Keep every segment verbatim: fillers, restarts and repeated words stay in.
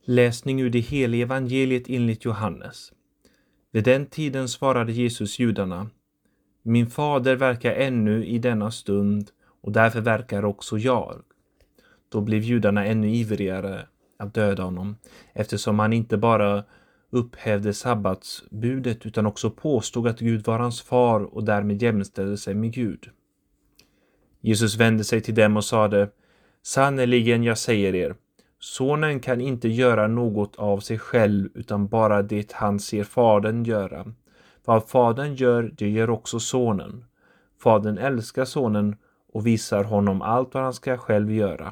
Läsning ur det heliga evangeliet enligt Johannes. Vid den tiden svarade Jesus judarna: Min fader verkar ännu i denna stund, och därför verkar också jag. Då blev judarna ännu ivrigare att döda honom, eftersom han inte bara upphävde sabbatsbudet utan också påstod att Gud var hans far och därmed jämställde sig med Gud. Jesus vände sig till dem och sade: Sannerligen, jag säger er, sonen kan inte göra något av sig själv utan bara det han ser fadern göra. Vad fadern gör, det gör också sonen. Fadern älskar sonen och visar honom allt vad han ska själv göra.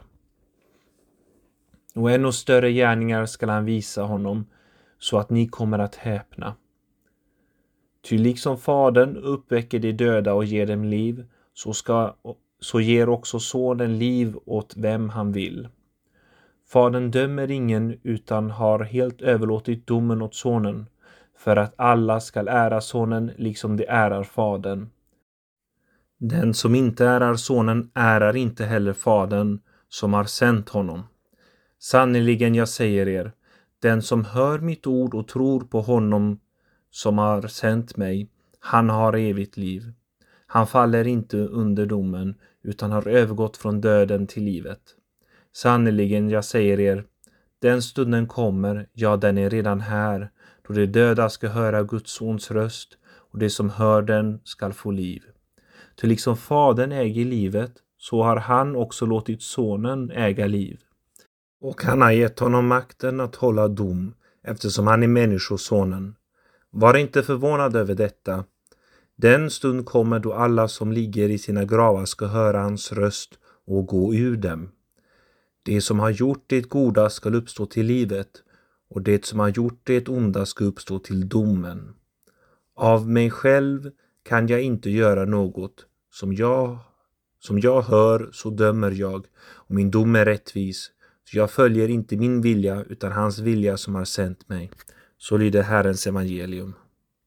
Och ännu större gärningar ska han visa honom, så att ni kommer att häpna. Ty liksom fadern uppväcker de döda och ger dem liv, så, ska, så ger också sonen liv åt vem han vill. Fadern dömer ingen utan har helt överlåtit domen åt sonen, för att alla ska ära sonen liksom de ärar fadern. Den som inte ärar sonen ärar inte heller fadern som har sänt honom. Sannerligen, jag säger er, den som hör mitt ord och tror på honom som har sänt mig, han har evigt liv. Han faller inte under domen utan har övergått från döden till livet. Sannerligen, jag säger er, den stunden kommer, ja den är redan här, då de döda ska höra Guds sons röst och de som hör den skall få liv. Till liksom fadern äger livet, så har han också låtit sonen äga liv. Och han har gett honom makten att hålla dom, eftersom han är människosonen. Var inte förvånad över detta. Den stund kommer då alla som ligger i sina gravar ska höra hans röst och gå ur dem. Det som har gjort det goda ska uppstå till livet, och det som har gjort det onda ska uppstå till domen. Av mig själv kan jag inte göra något. Som jag, som jag hör så dömer jag, och min dom är rättvis. Så jag följer inte min vilja utan hans vilja som har sänt mig. Så lyder Herrens evangelium.